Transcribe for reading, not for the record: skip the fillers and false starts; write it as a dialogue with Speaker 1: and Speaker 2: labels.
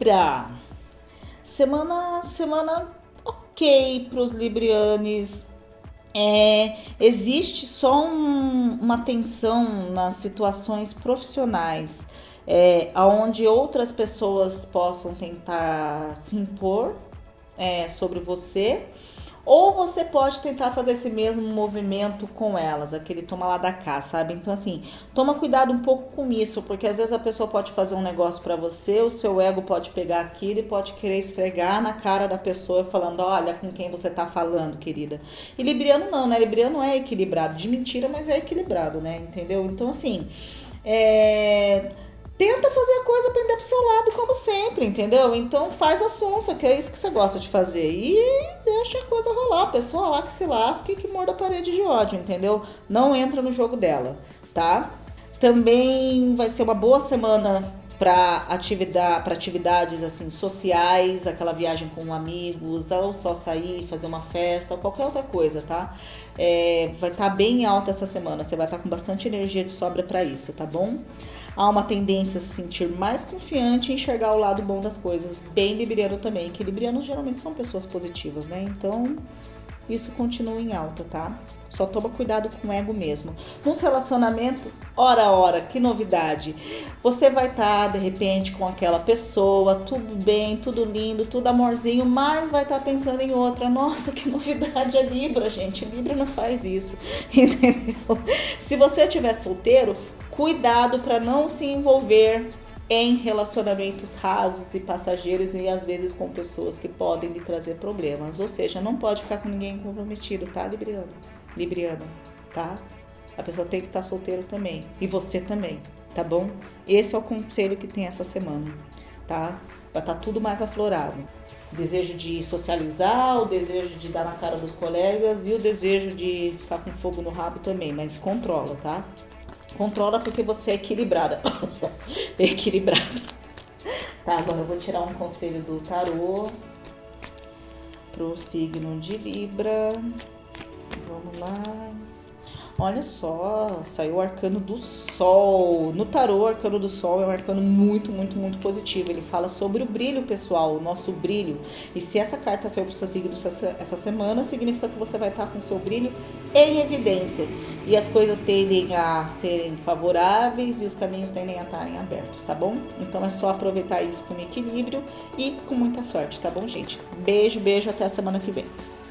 Speaker 1: Libra. Semana ok para os librianos. Existe só uma tensão nas situações profissionais, onde outras pessoas possam tentar se impor sobre você, ou você pode tentar fazer esse mesmo movimento com elas, aquele toma lá da cá, sabe? Então assim, toma cuidado um pouco com isso, porque às vezes a pessoa pode fazer um negócio pra você, o seu ego pode pegar aquilo e pode querer esfregar na cara da pessoa falando, olha com quem você tá falando, querida. E libriano não, né? Libriano é equilibrado, de mentira, mas é equilibrado, né? Entendeu? Então assim, tenta fazer a coisa pender pro seu lado, como sempre, entendeu? Então faz a sonsa, que é isso que você gosta de fazer. E deixa a coisa rolar. A pessoa lá que se lasque e que morda a parede de ódio, entendeu? Não entra no jogo dela, tá? Também vai ser uma boa semana para atividades assim sociais, aquela viagem com amigos, ou só sair, fazer uma festa, ou qualquer outra coisa, tá? Vai estar bem alta essa semana, você vai estar com bastante energia de sobra para isso, tá bom? Há uma tendência a se sentir mais confiante e enxergar o lado bom das coisas, bem libriano também, que librianos geralmente são pessoas positivas, né? Então, isso continua em alta, tá? Só toma cuidado com o ego mesmo. Nos relacionamentos, ora, que novidade. Você vai estar, de repente, com aquela pessoa, tudo bem, tudo lindo, tudo amorzinho, mas vai estar pensando em outra. Nossa, que novidade é Libra, gente. Libra não faz isso, entendeu? Se você estiver solteiro, cuidado para não se envolver em relacionamentos rasos e passageiros e às vezes com pessoas que podem lhe trazer problemas. Ou seja, não pode ficar com ninguém comprometido, tá, Libriana, tá? A pessoa tem que estar solteiro também. E você também, tá bom? Esse é o conselho que tem essa semana, tá? Vai estar tudo mais aflorado. O desejo de socializar, o desejo de dar na cara dos colegas e o desejo de ficar com fogo no rabo também. Mas controla, tá? Controla porque você é equilibrada. Equilibrada. Tá, agora eu vou tirar um conselho do tarô pro signo de Libra. Vamos lá. Olha só, saiu o arcano do Sol. No tarô, o arcano do Sol é um arcano muito, muito, muito positivo. Ele fala sobre o brilho pessoal, o nosso brilho. E se essa carta saiu para o seu signo essa semana, significa que você vai estar com o seu brilho em evidência. E as coisas tendem a serem favoráveis e os caminhos tendem a estarem abertos, tá bom? Então é só aproveitar isso com equilíbrio e com muita sorte, tá bom, gente? Beijo, até a semana que vem.